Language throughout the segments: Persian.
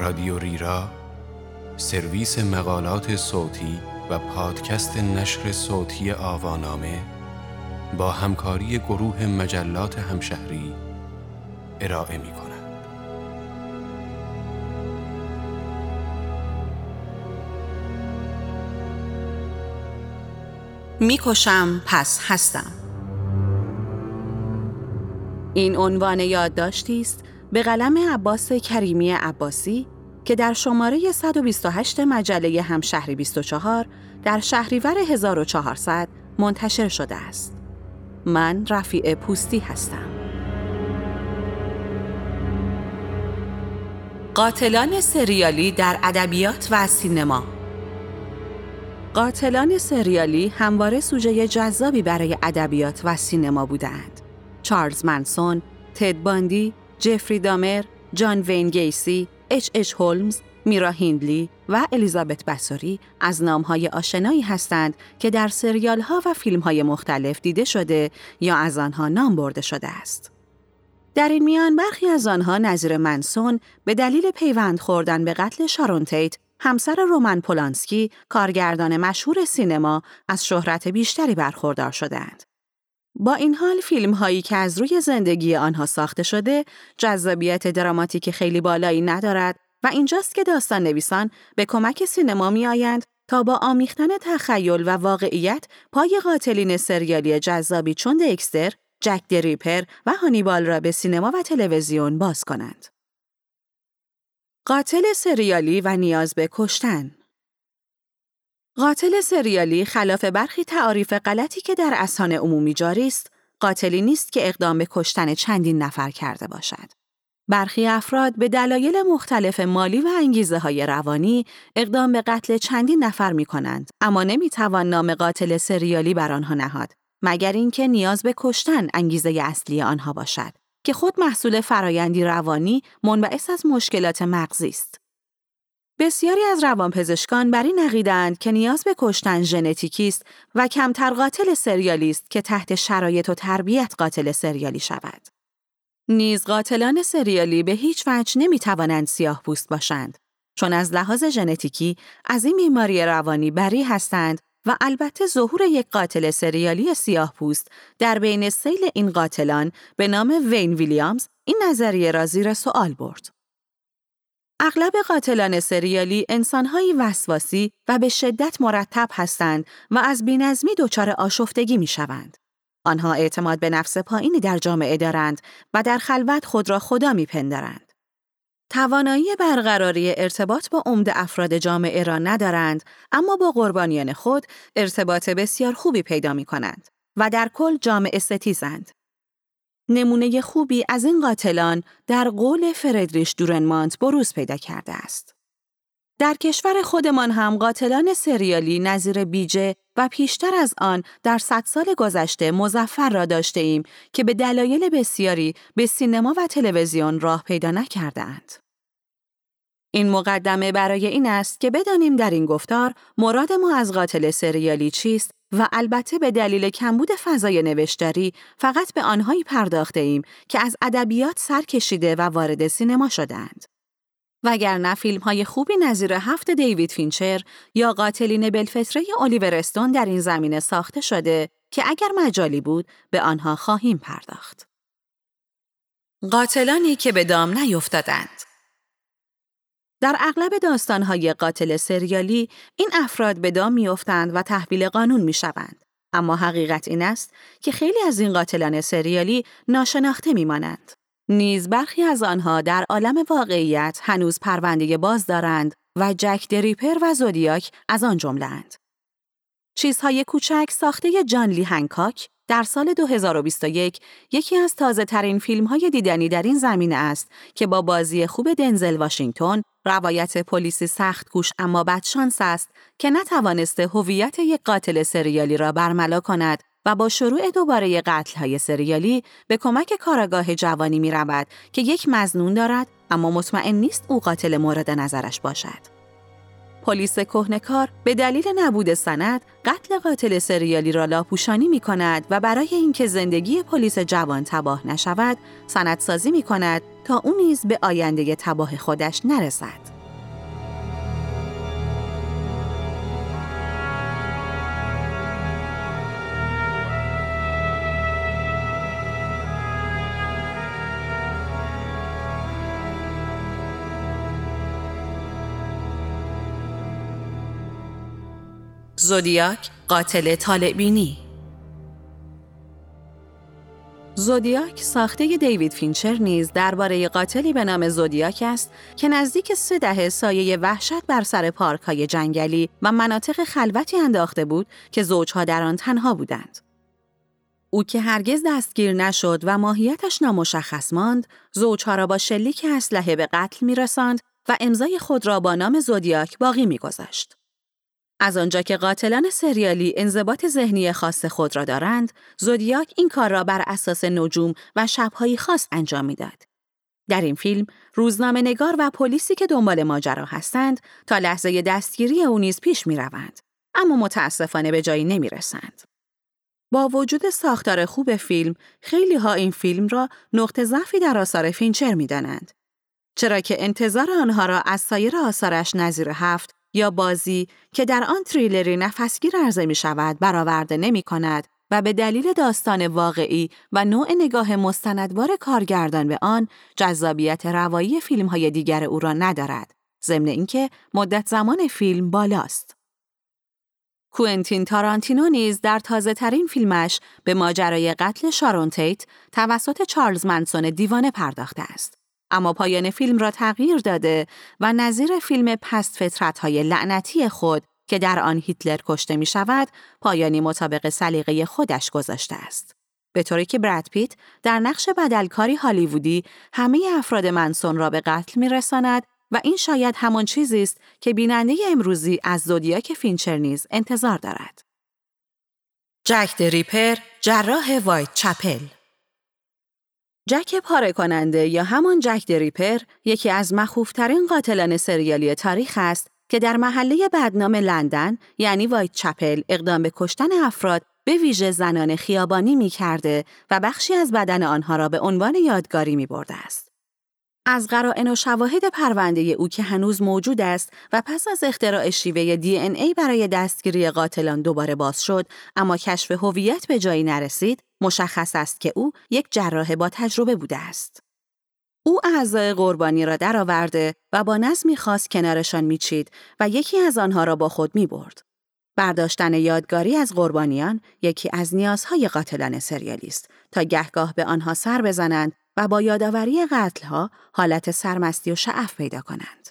رادیو ریرا، سرویس مقالات صوتی و پادکست نشر صوتی آوانامه با همکاری گروه مجلات همشهری ارائه می کند. میکشم پس هستم. این عنوان یادداشتی است به قلم عباس کریمی عباسی که در شماره 128 مجله همشهری 24 در شهریور 1400 منتشر شده است. من رفیع پوستی هستم. قاتلان سریالی در ادبیات و سینما. قاتلان سریالی همواره سوژه جذابی برای ادبیات و سینما بودند. چارلز منسون، تد باندی، جفری دامر، جان وین گیسی، اچ هولمز، میرا هیندلی و الیزابت باتوری از نام‌های آشنایی هستند که در سریال‌ها و فیلم‌های مختلف دیده شده یا از آنها نام برده شده است. در این میان برخی از آنها نظیر منسون به دلیل پیوند خوردن به قتل شارون تیت، همسر رومن پولانسکی، کارگردان مشهور سینما، از شهرت بیشتری برخوردار شدند. با این حال فیلم‌هایی که از روی زندگی آنها ساخته شده، جذابیت دراماتیک خیلی بالایی ندارد و اینجاست که داستان نویسان به کمک سینما می‌آیند تا با آمیختن تخیل و واقعیت پای قاتلین سریالی جذابی چون دکستر، جک دریپر و هانیبال را به سینما و تلویزیون باز کنند. قاتل سریالی و نیاز به کشتن. قاتل سریالی خلاف برخی تعاریف غلطی که در اذهان عمومی جاری است، قاتلی نیست که اقدام به کشتن چندین نفر کرده باشد. برخی افراد به دلایل مختلف مالی و انگیزه‌های روانی اقدام به قتل چندین نفر می‌کنند، اما نمی‌توان نام قاتل سریالی بر آنها نهاد، مگر اینکه نیاز به کشتن انگیزه اصلی آنها باشد، که خود محصول فرایندی روانی منبعث از مشکلات مغزی است. بسیاری از روانپزشکان بر این عقیده‌اند که نیاز به کشتن ژنتیکی است و کمتر قاتل سریالی است که تحت شرایط و تربیت قاتل سریالی شود. نیز قاتلان سریالی به هیچ وجه نمی‌توانند سیاه‌پوست باشند، چون از لحاظ ژنتیکی از این بیماری روانی بری هستند و البته ظهور یک قاتل سریالی سیاه‌پوست در بین سیل این قاتلان به نام وین ویلیامز این نظریه را زیر سوال برد. اغلب قاتلان سریالی انسان‌های وسواسی و به شدت مرتب هستند و از بی‌نظمی دچار آشفتگی می‌شوند. آنها اعتماد به نفس پایینی در جامعه دارند و در خلوت خود را خدا می‌پندارند. توانایی برقراری ارتباط با عمده افراد جامعه را ندارند، اما با قربانیان خود ارتباط بسیار خوبی پیدا می‌کنند و در کل جامعه ستیزند. نمونه خوبی از این قاتلان در قول فردریش دورنمانت بروز پیدا کرده است. در کشور خودمان هم قاتلان سریالی نظیر بیجه و پیشتر از آن در 100 سال گذشته مظفر را داشته ایم که به دلایل بسیاری به سینما و تلویزیون راه پیدا نکردند. این مقدمه برای این است که بدانیم در این گفتار مراد ما از قاتل سریالی چیست و البته به دلیل کمبود فضای نوشتاری فقط به آنهایی پرداخته ایم که از ادبیات سر کشیده و وارد سینما شدند. وگرنه فیلم‌های خوبی نظیر 7 دیوید فینچر یا قاتلین بلفطره الیور استون در این زمینه ساخته شده که اگر مجالی بود به آنها خواهیم پرداخت. قاتلانی که به دام نیفتادند. در اغلب داستان‌های قاتل سریالی این افراد به دام می‌افتند و تحویل قانون می‌شوند. اما حقیقت این است که خیلی از این قاتلان سریالی ناشناخته می‌مانند. نیز برخی از آنها در عالم واقعیت هنوز پرونده باز دارند و جک دریپر و زودیاک از آن جمله‌اند. چیزهای کوچک ساخته جان لی هنکاک در سال 2021 یکی از تازه‌ترین فیلم‌های دیدنی در این زمینه است که با بازی خوب دنزل واشنگتن، روایت پلیسی سخت‌کوش اما بدشانس است که نتوانسته هویت یک قاتل سریالی را برملا کند و با شروع دوباره قتل‌های سریالی به کمک کارآگاه جوانی می‌رود که یک مظنون دارد اما مطمئن نیست او قاتل مورد نظرش باشد. پلیس کهنه‌کار به دلیل نبود سند قتل قاتل سریالی را لاپوشانی می‌کند و برای اینکه زندگی پلیس جوان تباه نشود، سندسازی می‌کند تا او نیز به آینده تباه خودش نرسد. زودیاک، قاتل طالع‌بینی. زودیاک ساخته دیوید فینچر نیز درباره قاتلی به نام زودیاک است که نزدیک 3 دهه سایه وحشت بر سر پارک‌های جنگلی و مناطق خلوتی انداخته بود که زوجها در آن تنها بودند. او که هرگز دستگیر نشد و ماهیتش نامشخص ماند، زوجها را با شلیک اسلحه به قتل می‌رساند و امضای خود را با نام زودیاک باقی می‌گذاشت. از آنجا که قاتلان سریالی انضباط ذهنی خاص خود را دارند، زودیاک این کار را بر اساس نجوم و شب‌های خاص انجام می‌داد. در این فیلم، روزنامه‌نگار و پلیسی که دنبال ماجرا هستند، تا لحظه دستگیری او نیز پیش می‌روند، اما متأسفانه به جایی نمی‌رسند. با وجود ساختار خوب فیلم، خیلی‌ها این فیلم را نقطه ضعفی در آثار فینچر می‌دانند، چرا که انتظار آنها را از سایر آثارش نظیر 7 یا بازی که در آن تریلری نفسگیر عرضه می شود برآورده نمی کند و به دلیل داستان واقعی و نوع نگاه مستندوار کارگردان به آن جذابیت روایی فیلم‌های دیگر او را ندارد، ضمن اینکه مدت زمان فیلم بالاست. کوئنتین تارانتینو نیز در تازه‌ترین فیلمش به ماجرای قتل شارون تیت توسط چارلز منسون دیوانه پرداخته است. اما پایان فیلم را تغییر داده و نظیر فیلم پست فطرت‌های لعنتی خود که در آن هیتلر کشته می شود، پایانی مطابق سلیقه خودش گذاشته است. به طوری که براد پیت در نقش بدلکاری هالیوودی همه افراد منسون را به قتل می رساند و این شاید همان چیزی است که بیننده امروزی از زودیاک فینچر نیز انتظار دارد. جک دریپر، جراح وایت چپل. جک پاره کننده یا همان جک دریپر یکی از مخوف‌ترین قاتلان سریالی تاریخ است که در محله بدنام لندن یعنی وایت چپل اقدام به کشتن افراد به ویژه زنان خیابانی می‌کرده و بخشی از بدن آنها را به عنوان یادگاری می‌برده است. از قرائن و شواهد پرونده او که هنوز موجود است و پس از اختراع شیوه DNA برای دستگیری قاتلان دوباره باز شد اما کشف هویت به جایی نرسید، مشخص است که او یک جراح با تجربه بوده است. او اعضای قربانی را درآورده و با نظمی خاص کنارشان میچید و یکی از آنها را با خود میبرد. برداشتن یادگاری از قربانیان یکی از نیازهای قاتلان سریالی است تا گهگاه به آنها سر بزنند و با یادآوری قتل‌ها حالت سرمستی و شعف پیدا کنند.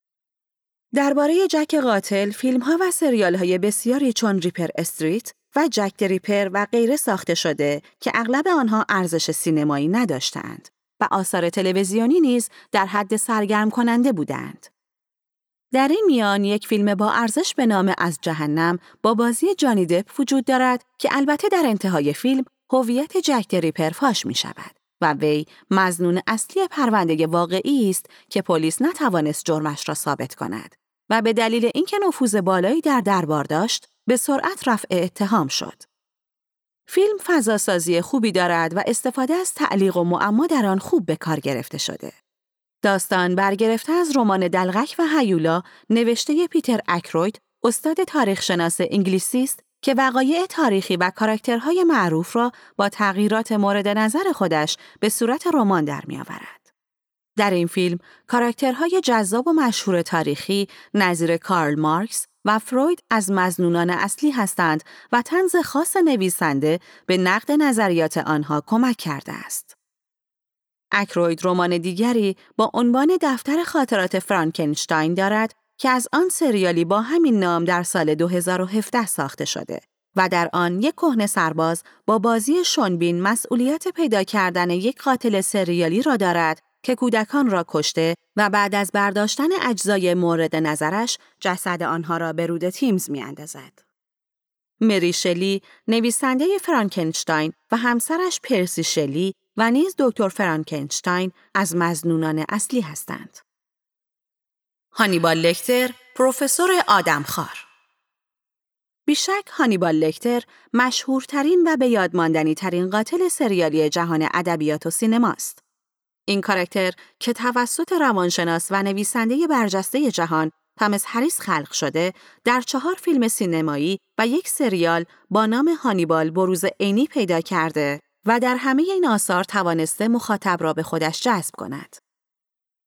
درباره جک قاتل، فیلم‌ها و سریال‌های بسیاری چون ریپر استریت و جک دریپر و غیره ساخته شده که اغلب آنها ارزش سینمایی نداشتند و آثار تلویزیونی نیز در حد سرگرم کننده بودند. در این میان یک فیلم با ارزش به نام از جهنم با بازی جانی دپ وجود دارد که البته در انتهای فیلم هویت جک دریپر فاش می شود و وی مظنون اصلی پرونده واقعی است که پلیس نتوانست جرمش را ثابت کند و به دلیل اینکه نفوذ بالایی در دربار داشت به سرعت رفع اتهام شد. فیلم فضاسازی خوبی دارد و استفاده از تعلیق و معما در آن خوب به کار گرفته شده. داستان برگرفته از رمان دلقک و هیولا نوشته پیتر اکروید، استاد تاریخ‌شناس انگلیسی است که وقایع تاریخی و کاراکترهای معروف را با تغییرات مورد نظر خودش به صورت رمان در می‌آورد. در این فیلم کاراکترهای جذاب و مشهور تاریخی نظیر کارل مارکس و فروید از مظنونان اصلی هستند و طنز خاص نویسنده به نقد نظریات آنها کمک کرده است. اکروید رمان دیگری با عنوان دفتر خاطرات فرانکنشتاین دارد که از آن سریالی با همین نام در سال 2017 ساخته شده و در آن یک کهنه سرباز با بازی شون بین مسئولیت پیدا کردن یک قاتل سریالی را دارد که کودکان را کشته و بعد از برداشتن اجزای مورد نظرش جسد آنها را به رود تیمز می‌اندازد. مری شلی نویسنده فرانکنشتاین و همسرش پرسی شلی و نیز دکتر فرانکنشتاین از مظنونان اصلی هستند. هانیبال لکتر، پروفسور آدمخوار. بیشک هانیبال لکتر مشهورترین و به یاد ماندنی ترین قاتل سریالی جهان ادبیات و سینماست. این کاراکتر که توسط روانشناس و نویسنده برجسته جهان تامس هریس خلق شده، در 4 فیلم سینمایی و یک سریال با نام هانیبال بروز عینی پیدا کرده و در همه این آثار توانسته مخاطب را به خودش جذب کند.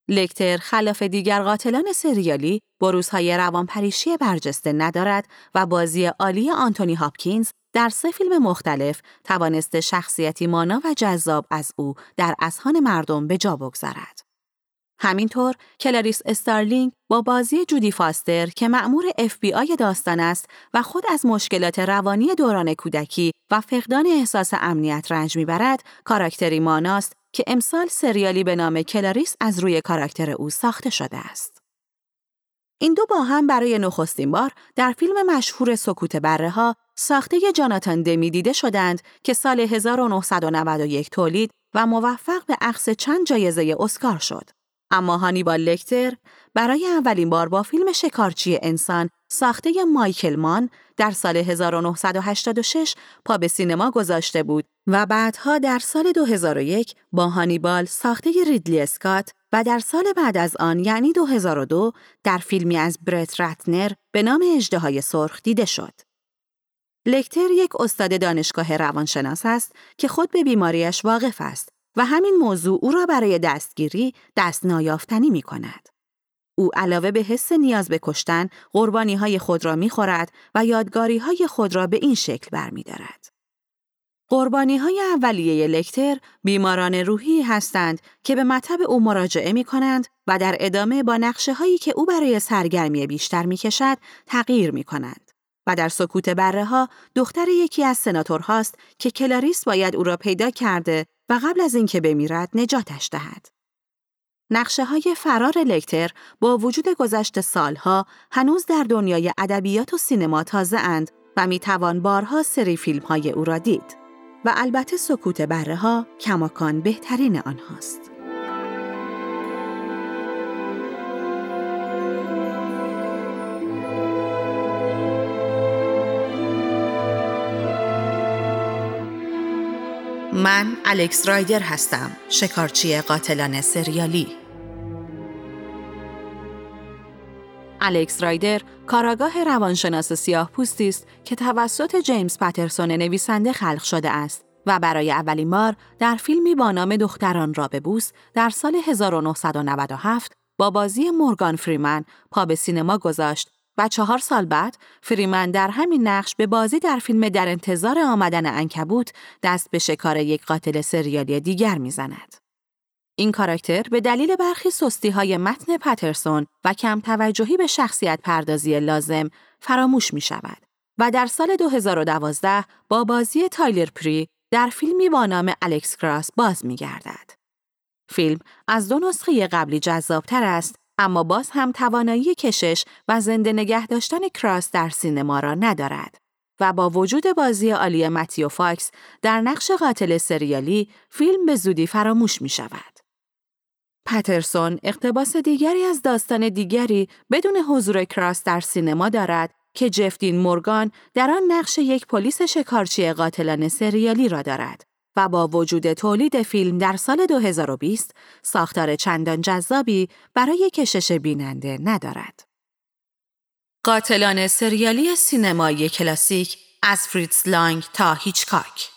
لکتر خلاف دیگر قاتلان سریالی بروزهای روانپریشی برجسته ندارد و بازی عالی آنتونی هاپکینز در 3 فیلم مختلف توانسته شخصیتی مانا و جذاب از او در اذهان مردم به جا بگذارد. همینطور کلاریس استارلینگ با بازی جودی فاستر که مأمور FBI داستان است و خود از مشکلات روانی دوران کودکی و فقدان احساس امنیت رنج میبرد، کاراکتری ماناست که امسال سریالی به نام کلاریس از روی کاراکتر او ساخته شده است. این دو با هم برای نخستین بار در فیلم مشهور سکوت بره‌ها ساخته جاناتان دمی دیده شدند که سال 1991 تولید و موفق به اخذ چند جایزه اسکار شد. اما هانیبال لکتر برای اولین بار با فیلم شکارچی انسان ساخته مایکل مان در سال 1986 پا به سینما گذاشته بود و بعدها در سال 2001 با هانیبال ساخته ریدلی اسکات و در سال بعد از آن یعنی 2002 در فیلمی از برت رتنر به نام اژدهای سرخ دیده شد. لکتر یک استاد دانشگاه روانشناس است که خود به بیماریش واقف است و همین موضوع او را برای دستگیری دست نایافتنی می کند. او علاوه به حس نیاز به کشتن، قربانی‌های خود را می‌خورد و یادگاری‌های خود را به این شکل برمی‌دارد. قربانی‌های اولیه لکتر بیماران روحی هستند که به مطب او مراجعه می‌کنند و در ادامه با نقشه‌هایی که او برای سرگرمی بیشتر می‌کشد تغییر می‌کنند. و در سکوت بره‌ها دختر یکی از سناتورهاست که کلاریس باید او را پیدا کرده و قبل از اینکه بمیرد نجاتش دهد. نقشه‌های فرار لکتر با وجود گذشت سالها هنوز در دنیای ادبیات و سینما تازه‌اند و می‌توان بارها سری فیلم‌های او را دید. و البته سکوت بره‌ها کماکان بهترین آنهاست. من الکس رایدر هستم، شکارچی قاتلان سریالی. الکس رایدر کاراگاه روانشناس سیاه‌پوستی است که توسط جیمز پاترسون نویسنده خلق شده است و برای اولین بار در فیلمی با نام دختران را ببوس در سال 1997 با بازی مورگان فریمن پا به سینما گذاشت و 4 سال بعد فریمن در همین نقش به بازی در فیلم در انتظار آمدن عنکبوت دست به شکار یک قاتل سریالی دیگر می‌زند. این کاراکتر به دلیل برخی سستی‌های متن پاترسون و کم توجهی به شخصیت پردازی لازم فراموش می‌شود و در سال 2012 با بازی تایلر پری در فیلمی با نام الکس کراس باز می‌گردد. فیلم از 2 نسخه قبلی جذاب‌تر است، اما باز هم توانایی کشش و زنده نگه داشتن کراس در سینما را ندارد و با وجود بازی عالی متیو فاکس در نقش قاتل سریالی فیلم به زودی فراموش می شود. پاترسون اقتباس دیگری از داستان دیگری بدون حضور کراس در سینما دارد که جفدین مورگان در آن نقش یک پلیس شکارچی قاتلان سریالی را دارد و با وجود تولید فیلم در سال 2020 ساختار چندان جذابی برای کشش بیننده ندارد. قاتلان سریالی سینمایی کلاسیک از فریتز لانگ تا هیچکاک.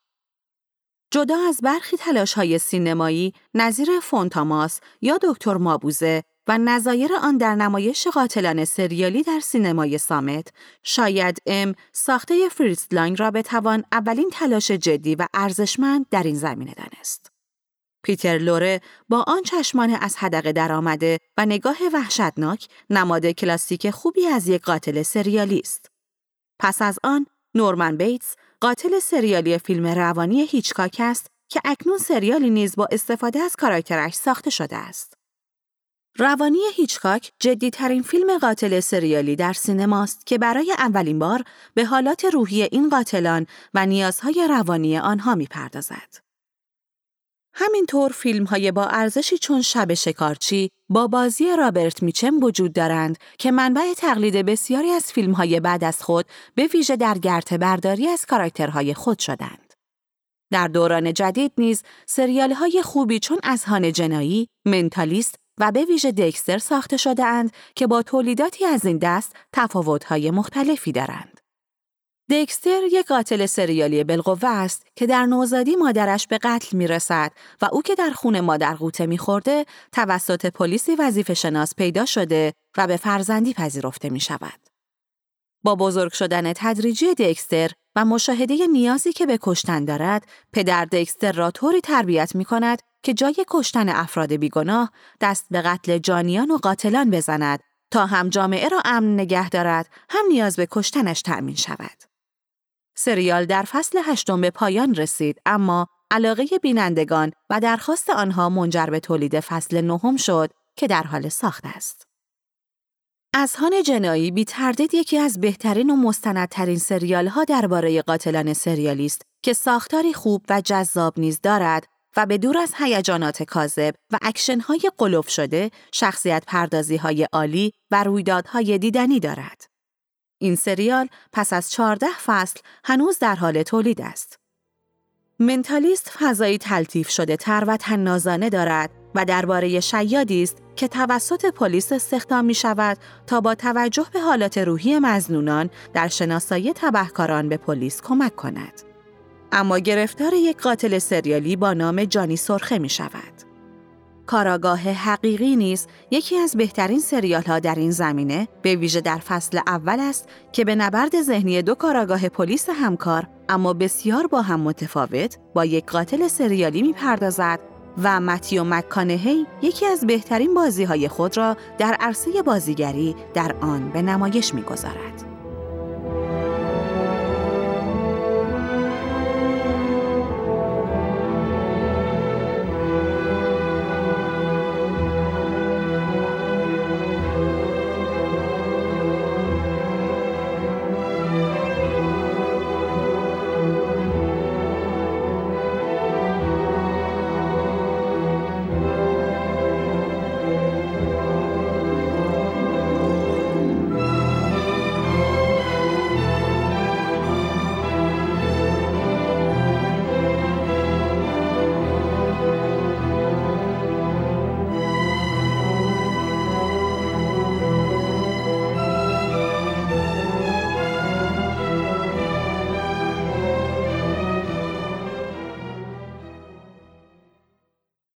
جدا از برخی تلاش‌های سینمایی نظیر فونتاماس یا دکتر مابوزه و نظایر آن در نمایش قاتلان سریالی در سینمای صامت، شاید ساخته فریتز لانگ را بتوان اولین تلاش جدی و ارزشمند در این زمینه دانست. پیتر لوره با آن چشمان از حدقه درآمده و نگاه وحشتناک نماد کلاسیک خوبی از یک قاتل سریالی است. پس از آن نورمن بیتس قاتل سریالی فیلم روانی هیچکاک است که اکنون سریالی نیز با استفاده از کاراکترش ساخته شده است. روانی هیچکاک جدی‌ترین فیلم قاتل سریالی در سینماست که برای اولین بار به حالات روحی این قاتلان و نیازهای روانی آنها می‌پردازد. همینطور فیلم‌های با ارزشی چون شب شکارچی با بازی رابرت میچم وجود دارند که منبع تقلید بسیاری از فیلم‌های بعد از خود به ویژه در گرته برداری از کاراکترهای خود شدند. در دوران جدید نیز سریال‌های خوبی چون اذهان جنایی، منتالیست و به ویژه دکستر ساخته شده اند که با تولیداتی از این دست تفاوت‌های مختلفی دارند. دکستر یک قاتل سریالی بالقوه است که در نوزادی مادرش به قتل می‌رسد و او که در خون مادر غوطه می‌خورده توسط پلیسی وظیفه شناس پیدا شده و به فرزندی پذیرفته می‌شود. با بزرگ شدن تدریجی دکستر و مشاهده نیازی که به کشتن دارد، پدر دکستر را طوری تربیت می‌کند که جای کشتن افراد بیگناه دست به قتل جانیان و قاتلان بزند تا هم جامعه را امن نگه دارد، هم نیاز به کشتنش تأمین شود. سریال در فصل 8 به پایان رسید، اما علاقه بینندگان و درخواست آنها منجر به تولید فصل 9 شد که در حال ساخت است. اذهان جنایی بی تردید یکی از بهترین و مستندترین سریال‌ها درباره قاتلان سریالی است که ساختاری خوب و جذاب نیز دارد و به دور از هیجانات کاذب و اکشن‌های غلف شده، شخصیت پردازی‌های عالی و رویدادهای دیدنی دارد. این سریال پس از 14 فصل هنوز در حال تولید است. منتالیست فضایی تلطیف شده تر و طنازانه دارد و درباره شیادی است که توسط پلیس استخدام می شود تا با توجه به حالات روحی مظنونان در شناسایی تبهکاران به پلیس کمک کند. اما گرفتار یک قاتل سریالی با نام جانی سرخه می شود. کاراگاه حقیقی نیز یکی از بهترین سریال‌ها در این زمینه به ویژه در فصل اول است که به نبرد ذهنی 2 کاراگاه پلیس همکار اما بسیار با هم متفاوت با یک قاتل سریالی می‌پردازد و متیو مک‌کانهی یکی از بهترین بازی‌های خود را در عرصه بازیگری در آن به نمایش می‌گذارد.